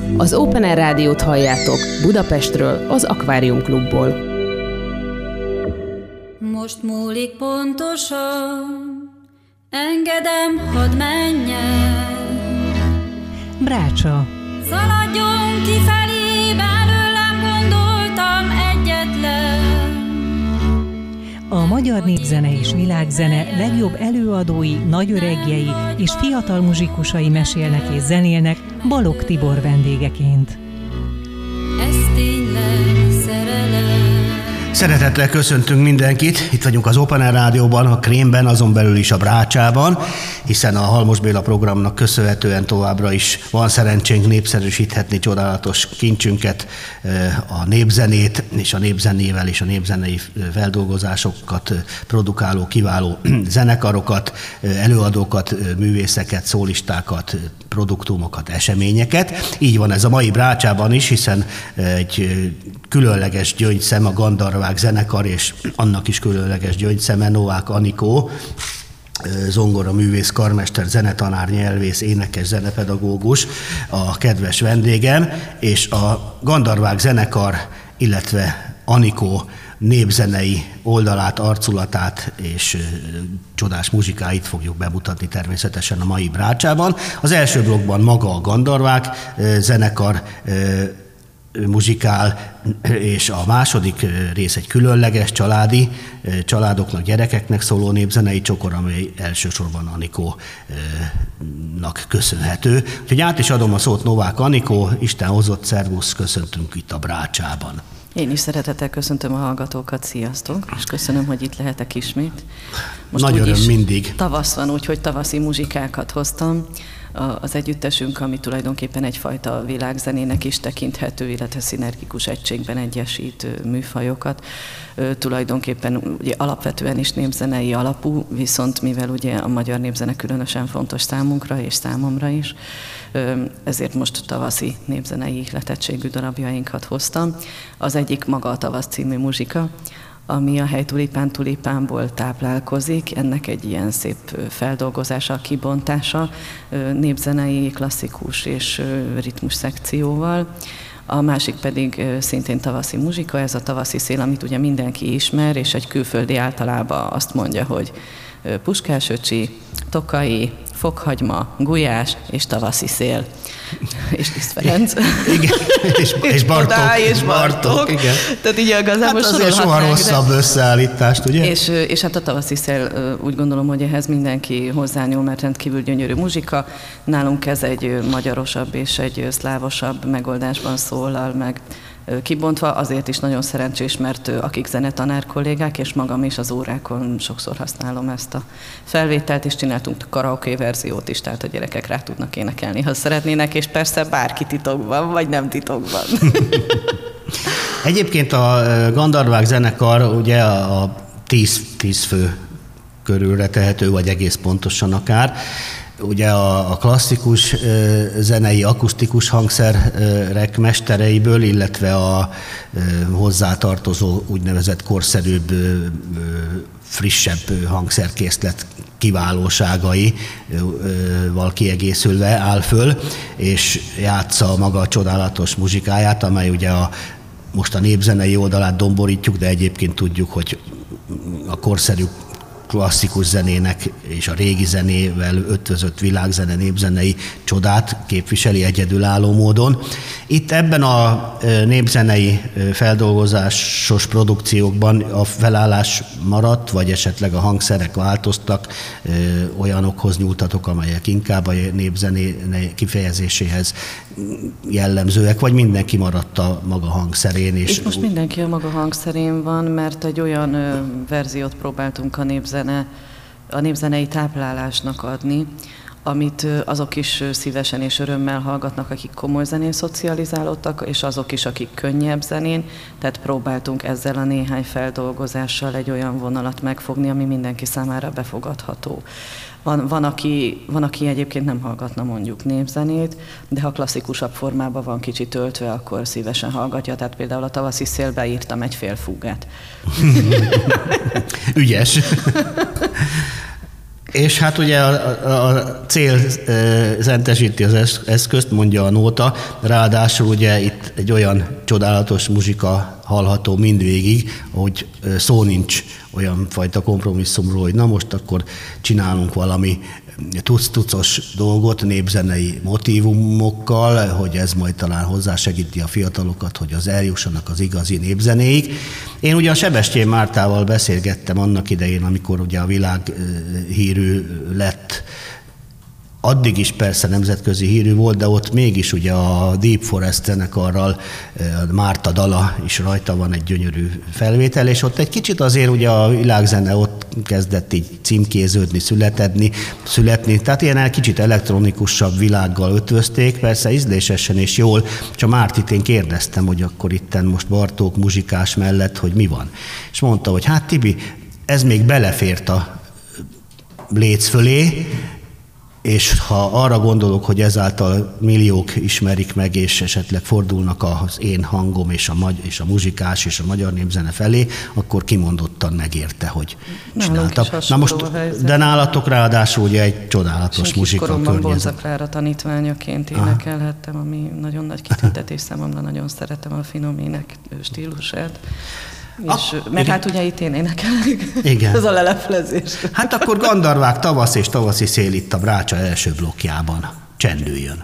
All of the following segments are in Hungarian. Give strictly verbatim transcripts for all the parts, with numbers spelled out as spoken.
Az Open Air Rádiót halljátok Budapestről, az Akvárium Klubból. Most múlik pontosan, engedem, hadd menjen. Brácsa. Szaladjon kifelé, belőlem gondoltam egyetlen. A magyar népzene és világzene legjobb előadói, nagyöregjei és fiatal muzsikusai mesélnek és zenélnek Balogh Tibor vendégeként. Ez tényleg szerelem. Szeretettel köszöntünk mindenkit, itt vagyunk az Open Air Rádióban, a Krémben, azon belül is a Brácsában, hiszen a Halmos Béla programnak köszönhetően továbbra is van szerencsénk népszerűsíthetni csodálatos kincsünket, a népzenét, és a népzenével és a népzenei feldolgozásokat produkáló kiváló zenekarokat, előadókat, művészeket, szólistákat, produktumokat, eseményeket. Így van ez a mai Brácsában is, hiszen egy különleges gyöngyszem, a Gandarvák zenekar, és annak is különleges gyöngyszeme, Novák Anikó, zongora művész, karmester, zenetanár, nyelvész, énekes, zenepedagógus, a kedves vendégem, és a Gandarvák zenekar, illetve Anikó népzenei oldalát, arculatát és csodás muzsikáit fogjuk bemutatni természetesen a mai Brácsában. Az első blokkban maga a Gandarvák zenekar muzsikál, és a második rész egy különleges családi, családoknak, gyerekeknek szóló népzenei csokor, amely elsősorban Anikónak köszönhető. Úgyhogy át is adom a szót Novák Anikó, Isten hozott, szervusz, köszöntünk itt a Brácsában. Én is szeretettel köszöntöm a hallgatókat, sziasztok, és köszönöm, hogy itt lehetek ismét. Most nagy öröm mindig. Tavasz van, úgyhogy tavaszi muzsikákat hoztam. Az együttesünk, ami tulajdonképpen egyfajta világzenének is tekinthető, illetve szinergikus egységben egyesít műfajokat. Tulajdonképpen ugye alapvetően is népzenei alapú, viszont mivel ugye a magyar népzene különösen fontos számunkra és számomra is, ezért most tavaszi népzenei ihletettségű darabjainkat hoztam. Az egyik maga a Tavasz című muzsika, ami a Hely tulipán tulipánból táplálkozik, ennek egy ilyen szép feldolgozása, kibontása, népzenei, klasszikus és ritmus szekcióval. A másik pedig szintén tavaszi muzsika, ez a Tavaszi szél, amit ugye mindenki ismer, és egy külföldi általában azt mondja, hogy Puskás öcsi, Tokai, fokhagyma, gulyás és tavaszi szél. És Liszt Ferenc. Igen, és, és Bartók. és Bartók. Bartók. Igen. Tehát így igazából hát azért soha rosszabb összeállítást, ugye? És, és hát a Tavaszi szél, úgy gondolom, hogy ehhez mindenki hozzányúl, mert rendkívül gyönyörű muzsika. Nálunk ez egy magyarosabb és egy szlávosabb megoldásban szólal meg kibontva, azért is nagyon szerencsés, mert akik zenetanár kollégák, és magam is az órákon sokszor használom ezt a felvételt, és csináltunk karaoke verziót is, tehát a gyerekek rá tudnak énekelni, ha szeretnének, és persze bárki titokban, vagy nem titokban. Egyébként a Gandarvák zenekar ugye a tíz, tíz fő körülre tehető, vagy egész pontosan akár. Ugye a, a klasszikus e, zenei, akusztikus hangszerek mestereiből, illetve a e, hozzátartozó úgynevezett korszerűbb, e, frissebb hangszerkészlet kiválóságaival kiegészülve áll föl, és játsza maga a csodálatos muzsikáját, amely ugye a, most a népzenei oldalát domborítjuk, de egyébként tudjuk, hogy a korszerű klasszikus zenének és a régi zenével ötvözött világzene, népzenei csodát képviseli egyedülálló módon. Itt ebben a népzenei feldolgozásos produkciókban a felállás maradt, vagy esetleg a hangszerek változtak, olyanokhoz nyúltatok, amelyek inkább a népzené kifejezéséhez jellemzőek, vagy mindenki maradt a maga hangszerén? És Itt most mindenki a maga hangszerén van, mert egy olyan ö, verziót próbáltunk a népzene, a népzenei táplálásnak adni, amit azok is szívesen és örömmel hallgatnak, akik komoly zenén szocializálódtak, és azok is, akik könnyebb zenén, tehát próbáltunk ezzel a néhány feldolgozással egy olyan vonalat megfogni, ami mindenki számára befogadható. Van, van, aki, van, aki egyébként nem hallgatna mondjuk népzenét, de ha klasszikusabb formában van kicsit töltve, akkor szívesen hallgatja. Tehát például a Tavaszi szélbe írtam egy fél fúgát. Ügyes. És hát ugye a, a, a cél e, szentesíti az eszközt, mondja a nóta, ráadásul ugye itt egy olyan csodálatos muzsika hallható mindvégig, hogy szó nincs olyan fajta kompromisszumról, hogy na most akkor csinálunk valami tuc-tucos dolgot népzenei motívumokkal, hogy ez majd talán hozzásegíti a fiatalokat, hogy az eljussanak az igazi népzenéig. Én ugyan Sebestyén Mártával beszélgettem annak idején, amikor ugye a világhírű lett, addig is persze nemzetközi hírű volt, de ott mégis ugye a Deep Forest zenekarral Márta dala is rajta van, egy gyönyörű felvétel, és ott egy kicsit azért ugye a világzene ott kezdett így címkéződni, születedni, születni, tehát ilyen egy kicsit elektronikusabb világgal ötvözték, persze ízlésesen és jól, csak Mártit én kérdeztem, hogy akkor itten most Bartók muzsikás mellett, hogy mi van. És mondta, hogy hát Tibi, ez még belefért a léc fölé, és ha arra gondolok, hogy ezáltal milliók ismerik meg, és esetleg fordulnak az én hangom és a, magy- és a muzsikás és a magyar népzene felé, akkor kimondottan megérte, hogy csináltam. Na most, de nálatok ráadásul ugye egy csodálatos muzsika környezet. Kiskoromban Bonza Klára tanítványaként énekelhettem, ami nagyon nagy kitüntetés számomra, nagyon szeretem a finom ének stílusát. És, ah, mert igen. Hát ugye itt én énekelek. Igen. Ez a leleplezés. Hát akkor Gandarvák tavasz és tavaszi szél itt a Brácsa első blokkjában. Csendüljön.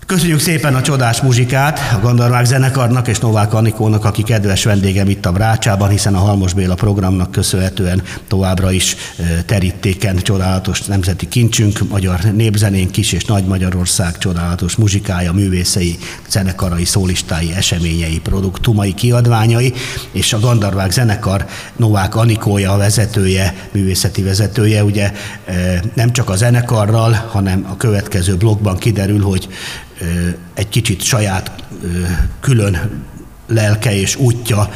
Köszönjük szépen a csodás muzsikát a Gandarvák zenekarnak és Novák Anikónak, aki kedves vendégem itt a Brácsában, hiszen a Halmos Béla programnak köszönhetően továbbra is terítéken csodálatos nemzeti kincsünk, magyar népzenénk, Kis- és Nagy Magyarország csodálatos muzsikája, művészei, zenekarai, szólistái, eseményei, produktumai, kiadványai, és a Gandarvák zenekar Novák Anikója a vezetője, művészeti vezetője, ugye nem csak a zenekarral, hanem a következő blogban kiderül, hogy egy kicsit saját külön lelke és útja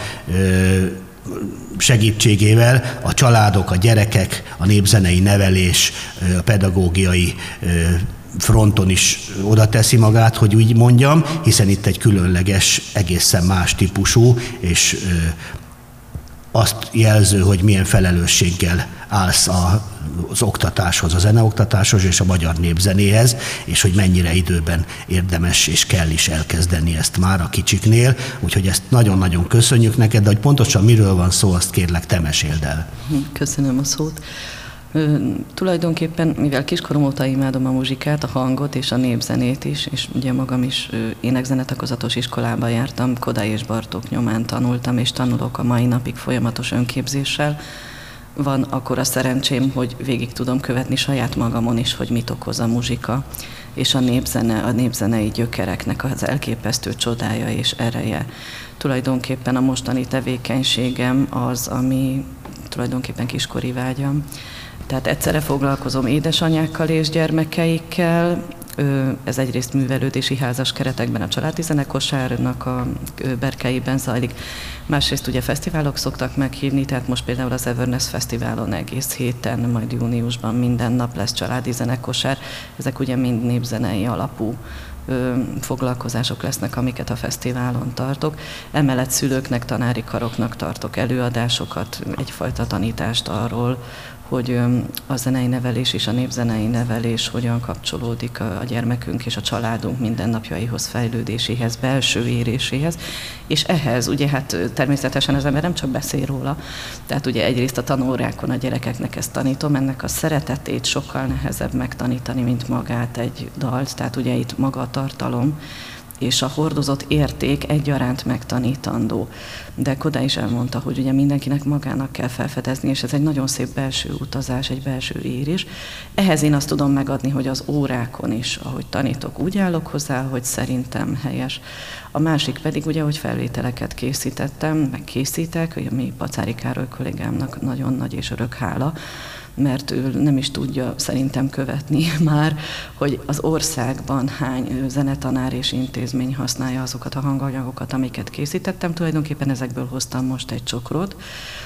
segítségével a családok, a gyerekek, a népzenei nevelés, a pedagógiai fronton is oda teszi magát, hogy úgy mondjam, hiszen itt egy különleges, egészen más típusú és azt jelző, hogy milyen felelősséggel állsz a, az oktatáshoz, a zeneoktatáshoz és a magyar népzenéhez, és hogy mennyire időben érdemes és kell is elkezdeni ezt már a kicsiknél. Úgyhogy ezt nagyon-nagyon köszönjük neked, de hogy pontosan miről van szó, azt kérlek, te meséld el. Köszönöm a szót. Ö, tulajdonképpen, mivel kiskorom óta imádom a muzsikát, a hangot és a népzenét is, és ugye magam is ö, énekzenetagozatos iskolába jártam, Kodály és Bartók nyomán tanultam, és tanulok a mai napig folyamatos önképzéssel. Van akkor a szerencsém, hogy végig tudom követni saját magamon is, hogy mit okoz a muzsika, és a népzene, a népzenei gyökereknek az elképesztő csodája és ereje. Tulajdonképpen a mostani tevékenységem az, ami tulajdonképpen kiskori vágyam. Tehát egyszerre foglalkozom édesanyákkal és gyermekeikkel, ez egyrészt művelődési házas keretekben a Családi Zenekosárnak a berkeiben zajlik, másrészt ugye fesztiválok szoktak meghívni, tehát most például az Everness Fesztiválon egész héten, majd júniusban minden nap lesz Családi Zenekosár, ezek ugye mind népzenei alapú foglalkozások lesznek, amiket a fesztiválon tartok. Emellett szülőknek, tanári karoknak tartok előadásokat, egyfajta tanítást arról, hogy a zenei nevelés és a népzenei nevelés hogyan kapcsolódik a gyermekünk és a családunk mindennapjaihoz, fejlődéséhez, belső éréséhez, és ehhez ugye hát természetesen az ember nem csak beszél róla, tehát ugye egyrészt a tanórákon a gyerekeknek ezt tanítom, ennek a szeretetét sokkal nehezebb megtanítani, mint magát egy dalt, tehát ugye itt maga a tartalom, és a hordozott érték egyaránt megtanítandó. De Kodály is elmondta, hogy ugye mindenkinek magának kell felfedezni, és ez egy nagyon szép belső utazás, egy belső érés. Ehhez én azt tudom megadni, hogy az órákon is, ahogy tanítok, úgy állok hozzá, hogy szerintem helyes. A másik pedig ugye, hogy felvételeket készítettem, meg készítek, ami Pacári Károly kollégámnak nagyon nagy és örök hála, mert ő nem is tudja szerintem követni már, hogy az országban hány zenetanár és intézmény használja azokat a hanganyagokat, amiket készítettem. Tulajdonképpen ezekből hoztam most egy csokrot.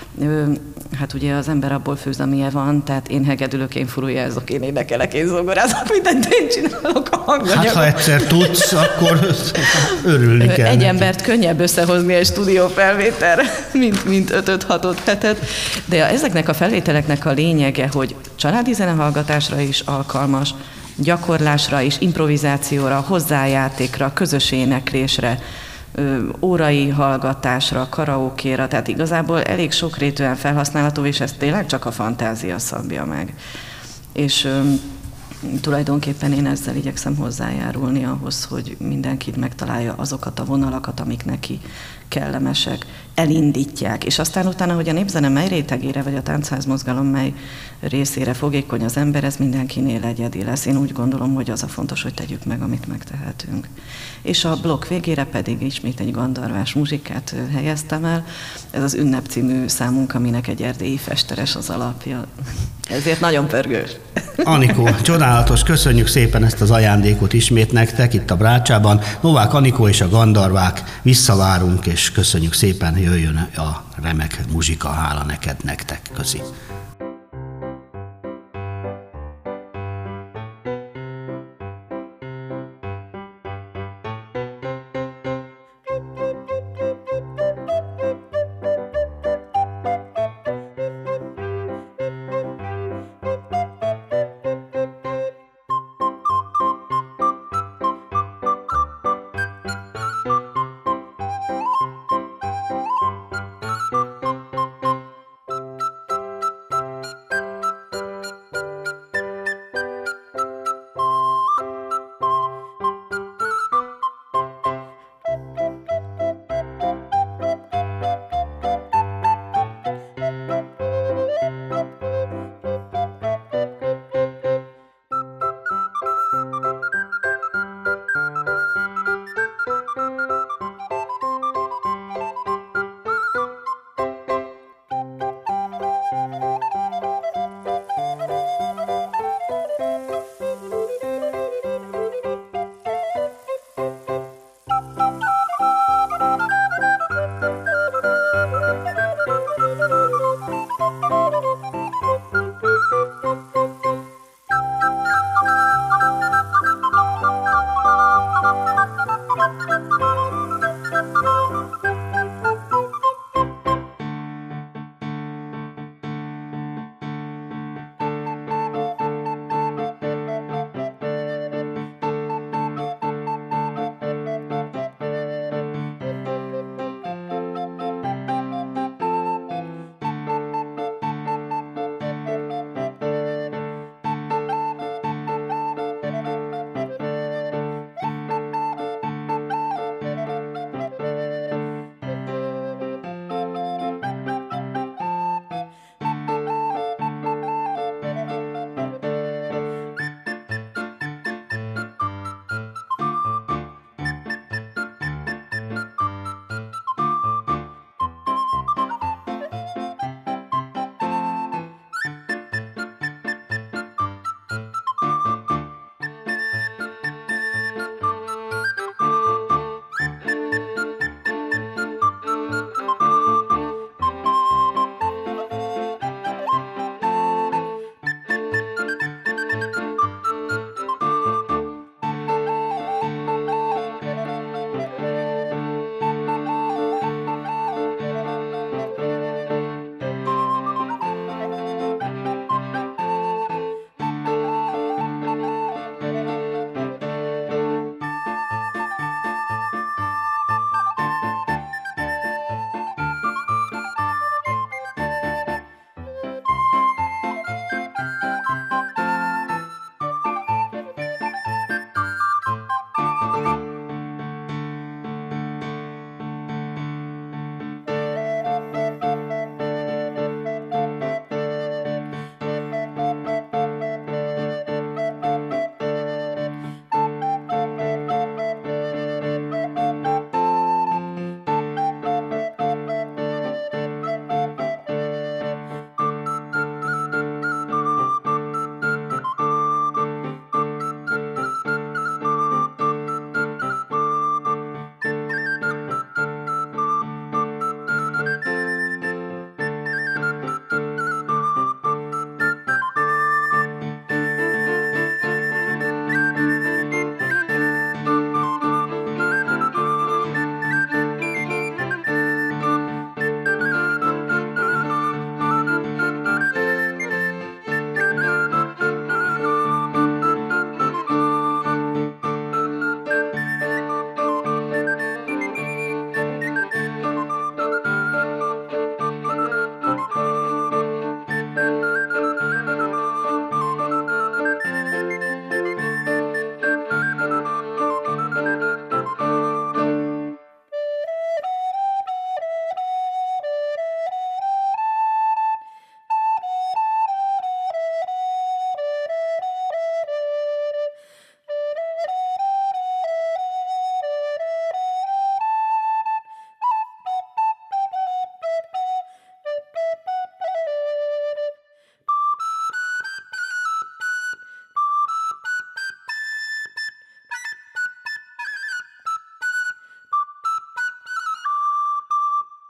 Hát ugye az ember abból főz, amilyen van, tehát én hegedülök, én furuljázok, én énekelek, én zongorázok, mindent én csinálok a hanganyagot. Hát ha egyszer tudsz, akkor örülni kell. Egy neki. embert könnyebb összehozni egy stúdiófelvételre, mint, mint ötöt-hatot hetet. De ezeknek a felvételeknek a lényege, hogy családi zenehallgatásra is alkalmas, gyakorlásra is, improvizációra, hozzájátékra, közös éneklésre, órai hallgatásra, karaokéra, tehát igazából elég sokrétűen felhasználható, és ez tényleg csak a fantázia szabja meg. És tulajdonképpen én ezzel igyekszem hozzájárulni ahhoz, hogy mindenki megtalálja azokat a vonalakat, amik neki kellemesek, elindítják, és aztán utána, hogy a népzene mely rétegére, vagy a táncházmozgalom mely részére fogékony az ember, ez mindenkinél egyedi lesz. Én úgy gondolom, hogy az a fontos, hogy tegyük meg, amit megtehetünk. És a blokk végére pedig ismét egy gandarvás muzsikát helyeztem el. Ez az Ünnep című számunk, aminek egy erdélyi festeres az alapja. Ezért nagyon pörgős. Anikó, csodálatos, köszönjük szépen ezt az ajándékot ismét nektek itt a Brácsában. Novák Anikó és a Gandarvák, visszavárunk, és köszönjük szépen, jöjjön a remek muzsika, hála neked, nektek. Köszi.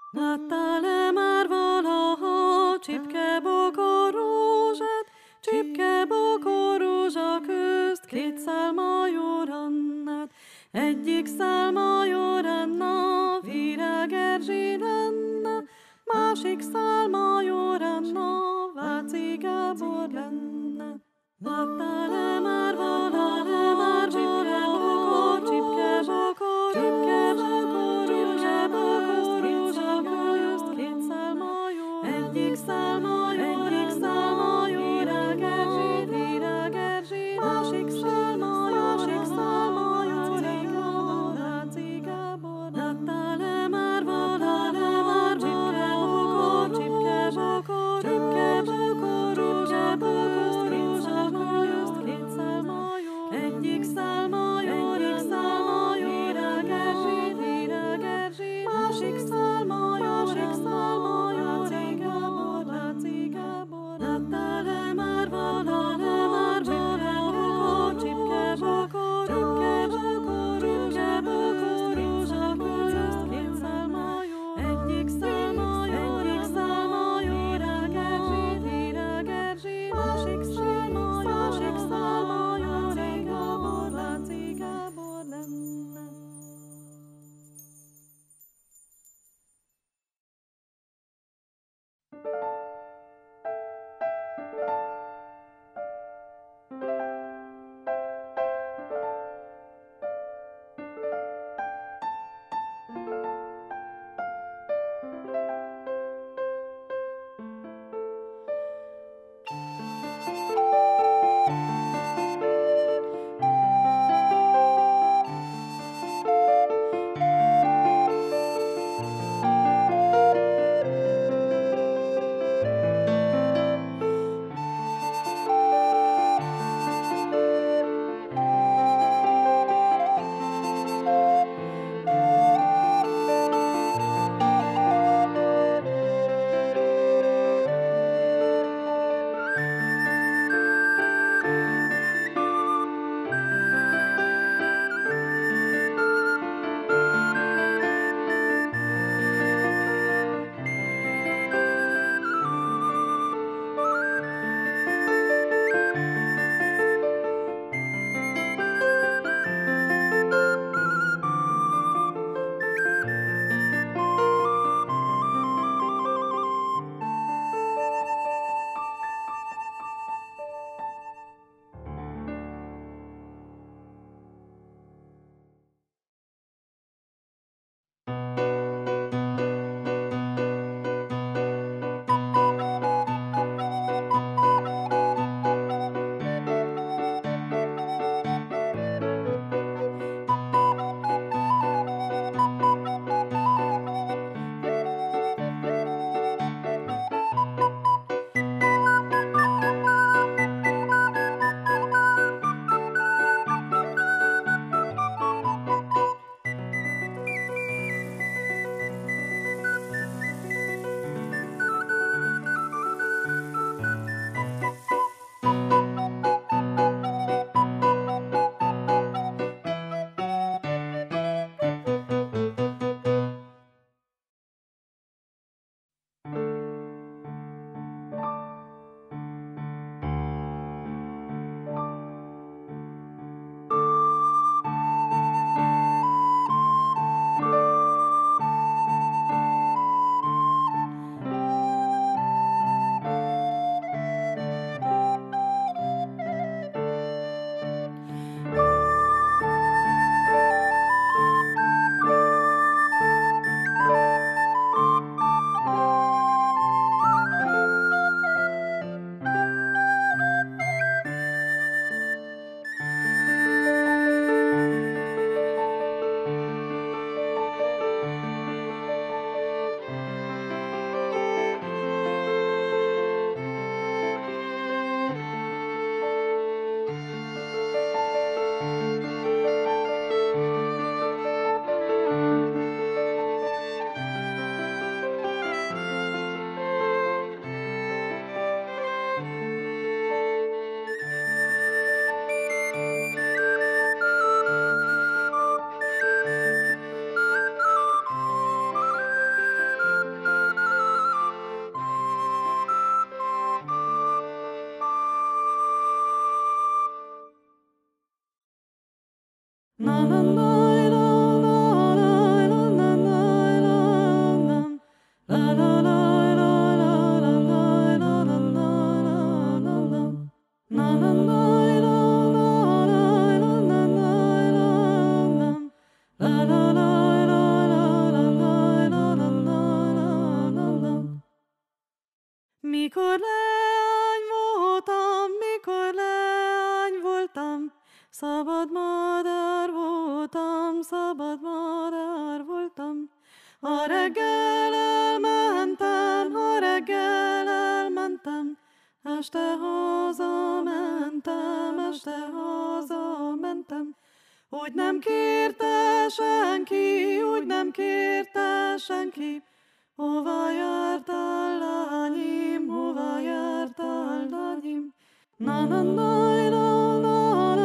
Láttál-e már valaha csipke-bokor rózsát, csipke-bokor rózsa közt két szál majorannát? Egyik szál majoranna Virág Erzsi lenne, másik szál majoranna Váci Gábor lenne. Láttál-e már valaha már csipke-bokor, csipke-bokor, csipke-bokor rózsa rózsa közt két szál major, egyik szál major, egyik szál major, Virág Erzsi, Virág Erzsi, másik szál major, másik szál major, Váci Gábor. Láttál-e már valaha már csipke-bokor, csipke-bokor, csipke-bokor rózsa közt két szál major, két szál major, na na na na na na na na na na Mikor leány voltam, mikor leány voltam, szabad madár voltam, szabad madár voltam. Ha reggel elmentem, ha reggel elmentem, este hazamentem, este hazamentem. Úgy nem kérte senki, úgy nem kérte senki, hova jártál, lányim, hova jártál, lányim? Na na na na na